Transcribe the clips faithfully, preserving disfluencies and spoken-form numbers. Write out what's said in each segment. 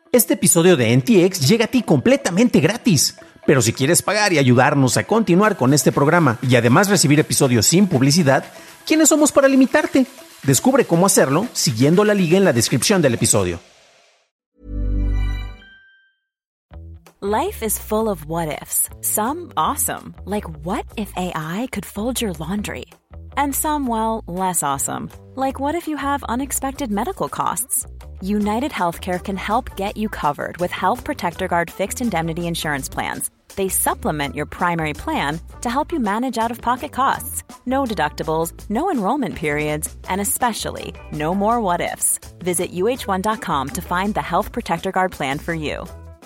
Este episodio de N T X llega a ti completamente gratis. Pero si quieres pagar y ayudarnos a continuar con este programa y además recibir episodios sin publicidad, ¿quiénes somos para limitarte? Descubre cómo hacerlo siguiendo la liga en la descripción del episodio. Life is full of what ifs. Some awesome, like what if A I could fold your laundry? And some, well, less awesome, like what if you have unexpected medical costs? United Healthcare can help get you covered with Health Protector Guard fixed indemnity insurance plans. They supplement your primary plan to help you manage out-of-pocket costs. No deductibles, no enrollment periods, and especially no more what-ifs. Visit U H one dot com to find the Health Protector Guard plan for you.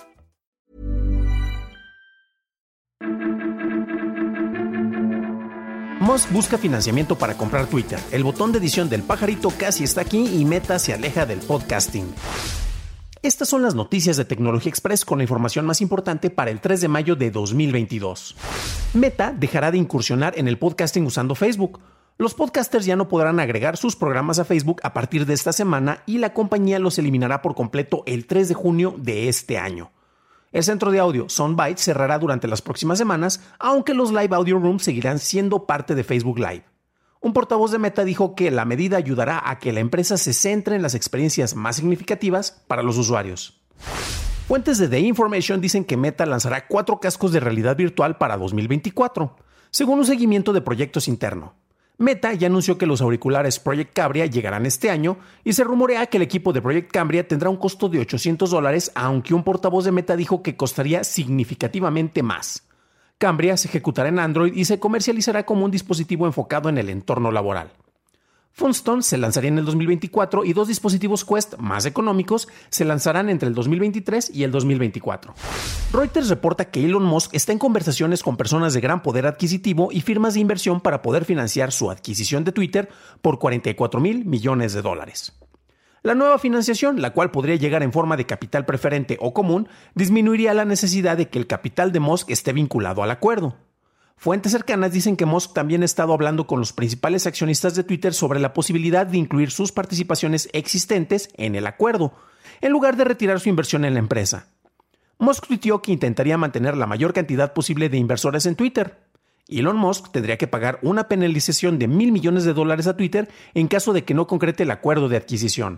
Musk busca financiamiento para comprar Twitter. El botón de edición del pajarito casi está aquí y Meta se aleja del podcasting. Estas son las noticias de Tecnología Express con la información más importante para el tres de mayo de dos mil veintidós. Meta dejará de incursionar en el podcasting usando Facebook. Los podcasters ya no podrán agregar sus programas a Facebook a partir de esta semana y la compañía los eliminará por completo el tres de junio de este año. El centro de audio Soundbite cerrará durante las próximas semanas, aunque los Live Audio Rooms seguirán siendo parte de Facebook Live. Un portavoz de Meta dijo que la medida ayudará a que la empresa se centre en las experiencias más significativas para los usuarios. Fuentes de The Information dicen que Meta lanzará cuatro cascos de realidad virtual para dos mil veinticuatro, según un seguimiento de proyectos interno. Meta ya anunció que los auriculares Project Cambria llegarán este año y se rumorea que el equipo de Project Cambria tendrá un costo de ochocientos dólares, aunque un portavoz de Meta dijo que costaría significativamente más. Cambria se ejecutará en Android y se comercializará como un dispositivo enfocado en el entorno laboral. Funstone se lanzaría en el dos mil veinticuatro y dos dispositivos Quest más económicos se lanzarán entre el dos mil veintitrés y el dos mil veinticuatro. Reuters reporta que Elon Musk está en conversaciones con personas de gran poder adquisitivo y firmas de inversión para poder financiar su adquisición de Twitter por cuarenta y cuatro mil millones de dólares. La nueva financiación, la cual podría llegar en forma de capital preferente o común, disminuiría la necesidad de que el capital de Musk esté vinculado al acuerdo. Fuentes cercanas dicen que Musk también ha estado hablando con los principales accionistas de Twitter sobre la posibilidad de incluir sus participaciones existentes en el acuerdo, en lugar de retirar su inversión en la empresa. Musk tuiteó que intentaría mantener la mayor cantidad posible de inversores en Twitter. Elon Musk tendría que pagar una penalización de mil millones de dólares a Twitter en caso de que no concrete el acuerdo de adquisición.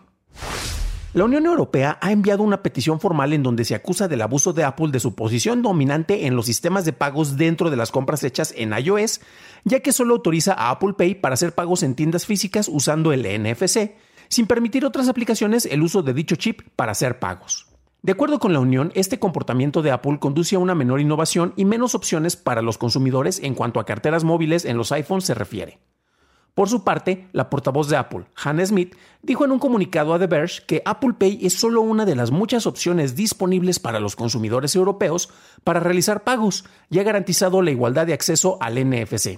La Unión Europea ha enviado una petición formal en donde se acusa del abuso de Apple de su posición dominante en los sistemas de pagos dentro de las compras hechas en iOS, ya que solo autoriza a Apple Pay para hacer pagos en tiendas físicas usando el N F C, sin permitir otras aplicaciones el uso de dicho chip para hacer pagos. De acuerdo con la Unión, este comportamiento de Apple conduce a una menor innovación y menos opciones para los consumidores en cuanto a carteras móviles en los iPhones se refiere. Por su parte, la portavoz de Apple, Hannah Smith, dijo en un comunicado a The Verge que Apple Pay es solo una de las muchas opciones disponibles para los consumidores europeos para realizar pagos y ha garantizado la igualdad de acceso al N F C.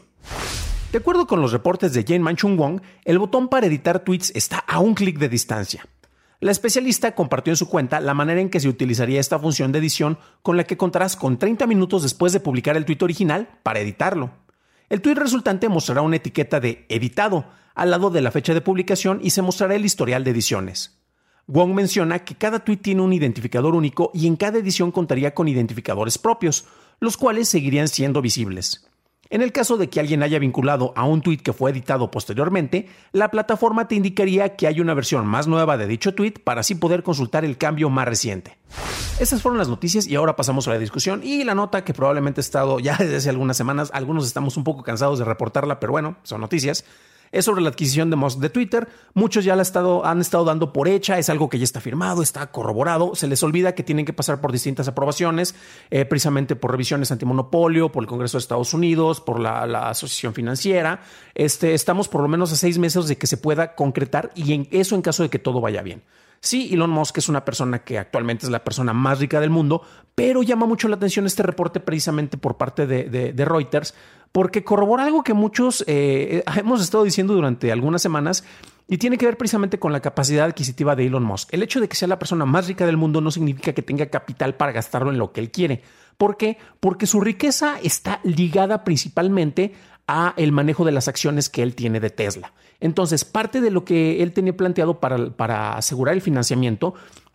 De acuerdo con los reportes de Jane Manchun Wong, el botón para editar tweets está a un clic de distancia. La especialista compartió en su cuenta la manera en que se utilizaría esta función de edición, con la que contarás con treinta minutos después de publicar el tweet original para editarlo. El tweet resultante mostrará una etiqueta de editado al lado de la fecha de publicación y se mostrará el historial de ediciones. Wong menciona que cada tweet tiene un identificador único y en cada edición contaría con identificadores propios, los cuales seguirían siendo visibles. En el caso de que alguien haya vinculado a un tweet que fue editado posteriormente, la plataforma te indicaría que hay una versión más nueva de dicho tweet para así poder consultar el cambio más reciente. Estas fueron las noticias y ahora pasamos a la discusión y la nota que probablemente ha estado ya desde hace algunas semanas. Algunos estamos un poco cansados de reportarla, pero bueno, son noticias. Es sobre la adquisición de Musk de Twitter. Muchos ya la estado, han estado dando por hecha, es algo que ya está firmado, está corroborado. Se les olvida que tienen que pasar por distintas aprobaciones, eh, precisamente por revisiones antimonopolio, por el Congreso de Estados Unidos, por la, la Asociación Financiera. Este, estamos por lo menos a seis meses de que se pueda concretar y en eso en caso de que todo vaya bien. Sí, Elon Musk es una persona que actualmente es la persona más rica del mundo, pero llama mucho la atención este reporte precisamente por parte de, de, de Reuters, porque corrobora algo que muchos eh, hemos estado diciendo durante algunas semanas y tiene que ver precisamente con la capacidad adquisitiva de Elon Musk. El hecho de que sea la persona más rica del mundo no significa que tenga capital para gastarlo en lo que él quiere. ¿Por qué? Porque su riqueza está ligada principalmente a el manejo de las acciones que él tiene de Tesla. Entonces, parte de lo que él tenía planteado para, para asegurar el financiamiento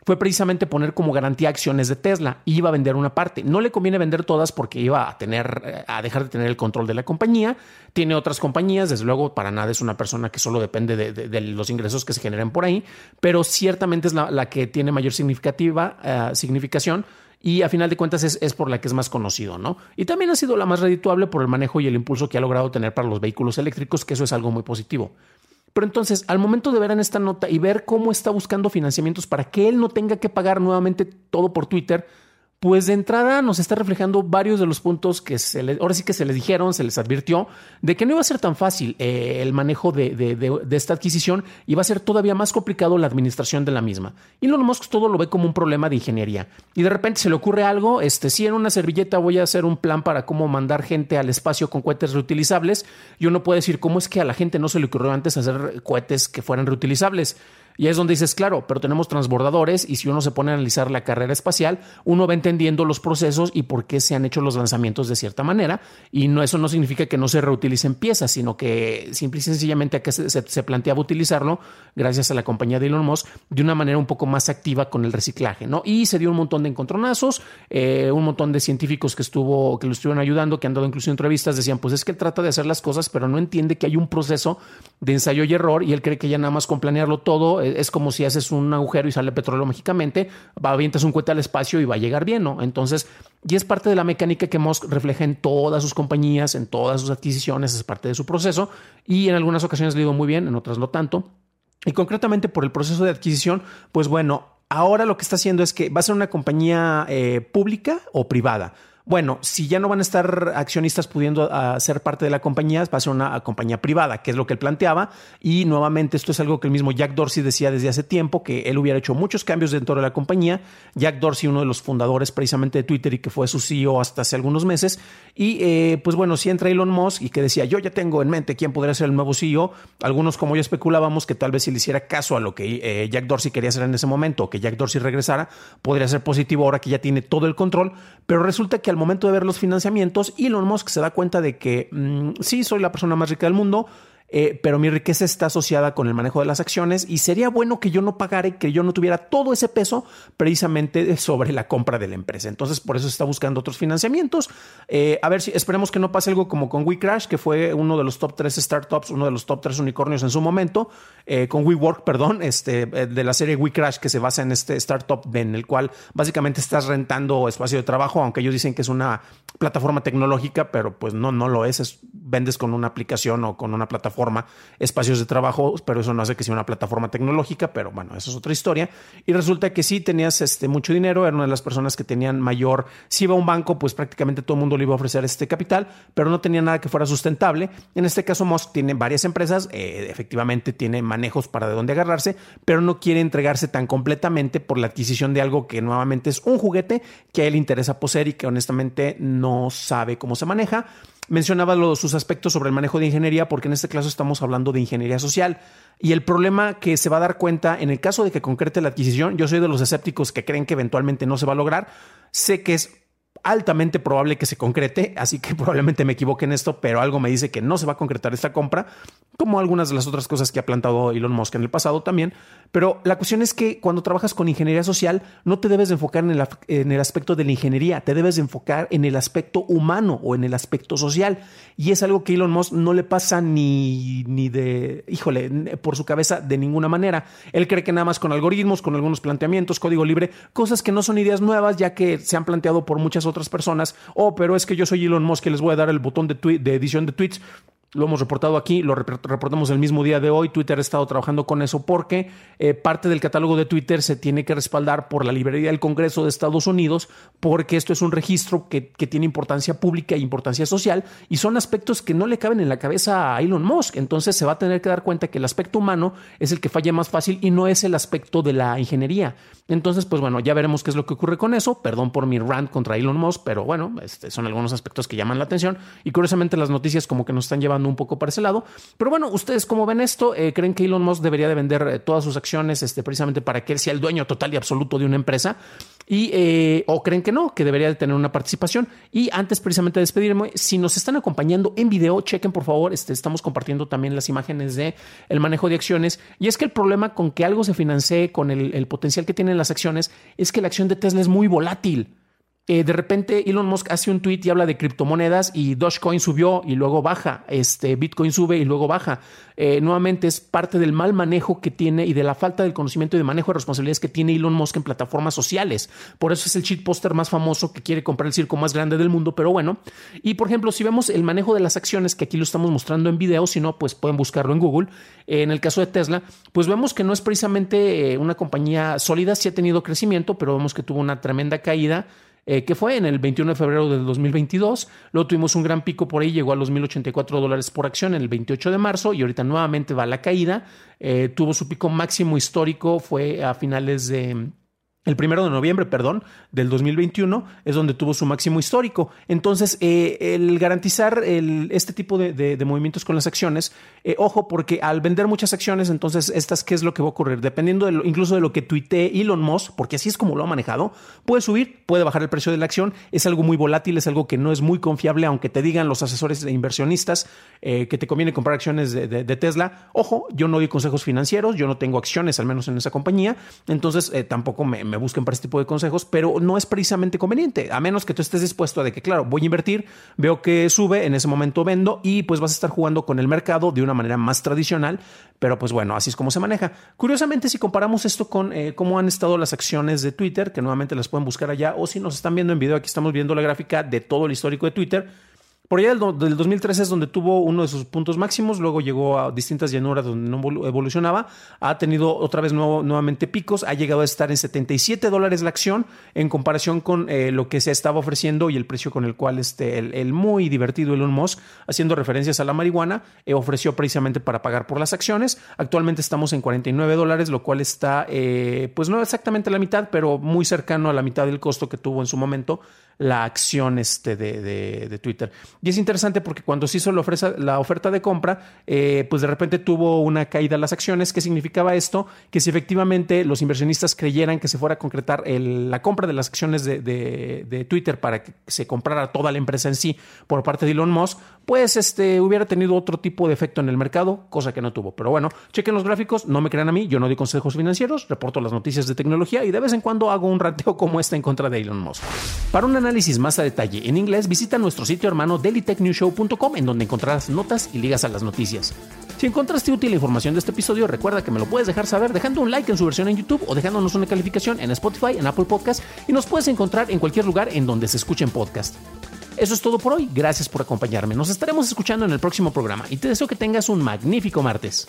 fue precisamente poner como garantía acciones de Tesla y iba a vender una parte. No le conviene vender todas porque iba a tener, a dejar de tener el control de la compañía. Tiene otras compañías, desde luego para nada es una persona que solo depende de, de, de los ingresos que se generen por ahí, pero ciertamente es la, la que tiene mayor significativa, uh, significación. Y a final de cuentas es, es por la que es más conocido, ¿no? Y también ha sido la más redituable por el manejo y el impulso que ha logrado tener para los vehículos eléctricos, que eso es algo muy positivo. Pero entonces, al momento de ver en esta nota y ver cómo está buscando financiamientos para que él no tenga que pagar nuevamente todo por Twitter, pues de entrada nos está reflejando varios de los puntos que se le, ahora sí que se les dijeron, se les advirtió de que no iba a ser tan fácil eh, el manejo de, de, de, de esta adquisición y va a ser todavía más complicado la administración de la misma. Elon Musk todo lo ve como un problema de ingeniería y de repente se le ocurre algo, este, si en una servilleta voy a hacer un plan para cómo mandar gente al espacio con cohetes reutilizables, y uno puede decir, ¿cómo es que a la gente no se le ocurrió antes hacer cohetes que fueran reutilizables? Y es donde dices, claro, pero tenemos transbordadores y si uno se pone a analizar la carrera espacial, uno va entendiendo los procesos y por qué se han hecho los lanzamientos de cierta manera. Y no, eso no significa que no se reutilicen piezas, sino que simple y sencillamente acá se, se, se planteaba utilizarlo gracias a la compañía de Elon Musk de una manera un poco más activa con el reciclaje, ¿no? Y se dio un montón de encontronazos, eh, un montón de científicos que estuvo, que lo estuvieron ayudando, que han dado incluso entrevistas, decían, pues es que él trata de hacer las cosas, pero no entiende que hay un proceso de ensayo y error y él cree que ya nada más con planearlo todo es como si haces un agujero y sale petróleo mágicamente, avientas un cohete al espacio y va a llegar bien, ¿no? Entonces, y es parte de la mecánica que Musk refleja en todas sus compañías, en todas sus adquisiciones, es parte de su proceso y en algunas ocasiones le ha ido muy bien, en otras no tanto. Y concretamente por el proceso de adquisición, pues bueno, ahora lo que está haciendo es que va a ser una compañía eh, pública o privada. Bueno, si ya no van a estar accionistas pudiendo uh, ser parte de la compañía, va a ser una uh, compañía privada, que es lo que él planteaba. Y nuevamente esto es algo que el mismo Jack Dorsey decía desde hace tiempo, que él hubiera hecho muchos cambios dentro de la compañía. Jack Dorsey, uno de los fundadores precisamente de Twitter y que fue su C E O hasta hace algunos meses. Y eh, pues bueno, si entra Elon Musk y que decía, yo ya tengo en mente quién podría ser el nuevo C E O. Algunos como yo especulábamos que tal vez si le hiciera caso a lo que eh, Jack Dorsey quería hacer en ese momento, o que Jack Dorsey regresara, podría ser positivo ahora que ya tiene todo el control. Pero resulta que al momento de ver los financiamientos, Elon Musk se da cuenta de que mmm, sí, soy la persona más rica del mundo, eh, pero mi riqueza está asociada con el manejo de las acciones y sería bueno que yo no pagara y que yo no tuviera todo ese peso precisamente sobre la compra de la empresa. Entonces, por eso está buscando otros financiamientos. Eh, a ver si esperemos que no pase algo como con WeCrash, que fue uno de los top tres startups, uno de los top tres unicornios en su momento, eh, con WeWork, perdón, este, de la serie WeCrash, que se basa en este startup en el cual básicamente estás rentando espacio de trabajo, aunque ellos dicen que es una plataforma tecnológica, pero pues no, no lo es. es vendes con una aplicación o con una plataforma espacios de trabajo, pero eso no hace que sea una plataforma tecnológica, pero bueno, eso es otra historia. Y resulta que sí tenías este, mucho dinero, era una de las personas que tenían mayor, si iba a un banco, pues prácticamente todo el mundo le iba a ofrecer este capital, pero no tenía nada que fuera sustentable. En este caso, Musk tiene varias empresas, eh, efectivamente tiene manejos para de dónde agarrarse, pero no quiere entregarse tan completamente por la adquisición de algo que nuevamente es un juguete que a él le interesa poseer y que honestamente no sabe cómo se maneja. Mencionaba los, sus aspectos sobre el manejo de ingeniería, porque en este caso estamos hablando de ingeniería social. Y el problema que se va a dar cuenta en el caso de que concrete la adquisición, yo soy de los escépticos que creen que eventualmente no se va a lograr. Sé que es altamente probable que se concrete, así que probablemente me equivoque en esto, pero algo me dice que no se va a concretar esta compra, como algunas de las otras cosas que ha plantado Elon Musk en el pasado también. Pero la cuestión es que cuando trabajas con ingeniería social, no te debes de enfocar en el, en el aspecto de la ingeniería, te debes de enfocar en el aspecto humano o en el aspecto social. Y es algo que Elon Musk no le pasa ni, ni de, híjole, por su cabeza de ninguna manera. Él cree que nada más con algoritmos, con algunos planteamientos, código libre, cosas que no son ideas nuevas, ya que se han planteado por muchas otras personas. Oh, pero es que yo soy Elon Musk y les voy a dar el botón de, tweet, de edición de tweets. Lo hemos reportado aquí, lo rep- reportamos el mismo día de hoy. Twitter ha estado trabajando con eso porque eh, parte del catálogo de Twitter se tiene que respaldar por la librería del Congreso de Estados Unidos, porque esto es un registro que, que tiene importancia pública e importancia social y son aspectos que no le caben en la cabeza a Elon Musk. Entonces se va a tener que dar cuenta que el aspecto humano es el que falla más fácil y no es el aspecto de la ingeniería. Entonces, pues bueno, ya veremos qué es lo que ocurre con eso. Perdón por mi rant contra Elon Musk, pero bueno, este, son algunos aspectos que llaman la atención y curiosamente las noticias como que nos están llevando un poco para ese lado. Pero bueno, ¿ustedes cómo ven esto? Eh, ¿Creen que Elon Musk debería de vender eh, todas sus acciones este, precisamente para que él sea el dueño total y absoluto de una empresa? Y, eh, o creen que no, que debería de tener una participación. Y antes precisamente de despedirme, si nos están acompañando en video, chequen por favor, este, estamos compartiendo también las imágenes de el manejo de acciones. Y es que el problema con que algo se financie con el, el potencial que tienen las acciones es que la acción de Tesla es muy volátil. Eh, de repente Elon Musk hace un tweet y habla de criptomonedas y Dogecoin subió y luego baja, este, Bitcoin sube y luego baja. Eh, nuevamente es parte del mal manejo que tiene y de la falta del conocimiento y de manejo de responsabilidades que tiene Elon Musk en plataformas sociales. Por eso es el shitposter más famoso que quiere comprar el circo más grande del mundo, pero bueno. Y por ejemplo, si vemos el manejo de las acciones, que aquí lo estamos mostrando en video, si no, pues pueden buscarlo en Google. Eh, en el caso de Tesla, pues vemos que no es precisamente eh, una compañía sólida, sí ha tenido crecimiento, pero vemos que tuvo una tremenda caída. Eh, que fue en el veintiuno de febrero del dos mil veintidós. Luego tuvimos un gran pico por ahí, llegó a los mil ochenta y cuatro dólares por acción en el veintiocho de marzo y ahorita nuevamente va a la caída. Eh, tuvo su pico máximo histórico, fue a finales de... El primero de noviembre, perdón, del dos mil veintiuno es donde tuvo su máximo histórico. Entonces, eh, el garantizar el, este tipo de, de, de movimientos con las acciones, eh, ojo, porque al vender muchas acciones, entonces, estas, ¿qué es lo que va a ocurrir? Dependiendo de lo, incluso de lo que tuitee Elon Musk, porque así es como lo ha manejado, puede subir, puede bajar el precio de la acción. Es algo muy volátil, es algo que no es muy confiable, aunque te digan los asesores de inversionistas eh, que te conviene comprar acciones de, de, de Tesla. Ojo, yo no doy consejos financieros, yo no tengo acciones, al menos en esa compañía, entonces eh, tampoco me me busquen para este tipo de consejos, pero no es precisamente conveniente, a menos que tú estés dispuesto a de que, claro, voy a invertir, veo que sube, en ese momento vendo y pues vas a estar jugando con el mercado de una manera más tradicional, pero pues bueno, así es como se maneja. Curiosamente, si comparamos esto con eh, cómo han estado las acciones de Twitter, que nuevamente las pueden buscar allá, o si nos están viendo en video, aquí estamos viendo la gráfica de todo el histórico de Twitter. Por allá del, del dos mil trece es donde tuvo uno de sus puntos máximos, luego llegó a distintas llanuras donde no evolucionaba, ha tenido otra vez nuevo, nuevamente picos, ha llegado a estar en setenta y siete dólares la acción en comparación con eh, lo que se estaba ofreciendo y el precio con el cual este, el, el muy divertido Elon Musk, haciendo referencias a la marihuana, eh, ofreció precisamente para pagar por las acciones. Actualmente estamos en cuarenta y nueve dólares, lo cual está eh, pues no exactamente la mitad, pero muy cercano a la mitad del costo que tuvo en su momento la acción este de, de, de Twitter. Y es interesante porque cuando se hizo la, ofreza, la oferta de compra, eh, pues de repente tuvo una caída en las acciones. ¿Qué significaba esto? Que si efectivamente los inversionistas creyeran que se fuera a concretar el, la compra de las acciones de, de, de Twitter para que se comprara toda la empresa en sí por parte de Elon Musk, pues este, hubiera tenido otro tipo de efecto en el mercado, cosa que no tuvo. Pero bueno, chequen los gráficos, no me crean a mí, yo no doy consejos financieros, reporto las noticias de tecnología y de vez en cuando hago un ranteo como este en contra de Elon Musk. Para un análisis más a detalle en inglés, visita nuestro sitio hermano daily tech news show punto com, en donde encontrarás notas y ligas a las noticias. Si encontraste útil la información de este episodio, recuerda que me lo puedes dejar saber dejando un like en su versión en YouTube o dejándonos una calificación en Spotify, en Apple Podcast, y nos puedes encontrar en cualquier lugar en donde se escuchen podcast. Eso es todo por hoy, gracias por acompañarme. Nos estaremos escuchando en el próximo programa y te deseo que tengas un magnífico martes.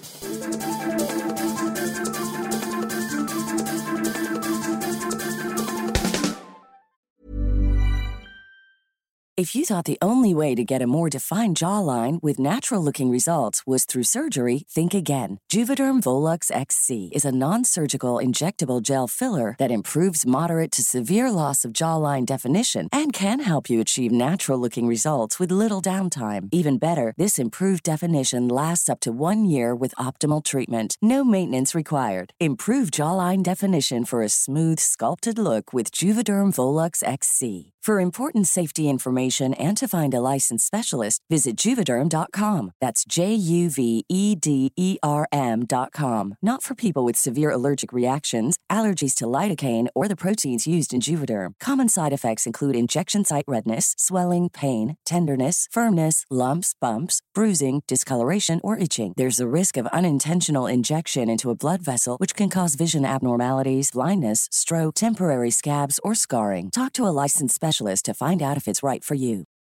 If you thought the only way to get a more defined jawline with natural-looking results was through surgery, think again. Juvederm Volux X C is a non-surgical injectable gel filler that improves moderate to severe loss of jawline definition and can help you achieve natural-looking results with little downtime. Even better, this improved definition lasts up to one year with optimal treatment. No maintenance required. Improve jawline definition for a smooth, sculpted look with Juvederm Volux X C. For important safety information and to find a licensed specialist, visit Juvederm dot com. That's J U V E D E R M dot com. Not for people with severe allergic reactions, allergies to lidocaine, or the proteins used in Juvederm. Common side effects include injection site redness, swelling, pain, tenderness, firmness, lumps, bumps, bruising, discoloration, or itching. There's a risk of unintentional injection into a blood vessel, which can cause vision abnormalities, blindness, stroke, temporary scabs, or scarring. Talk to a licensed specialist to find out if it's right for you.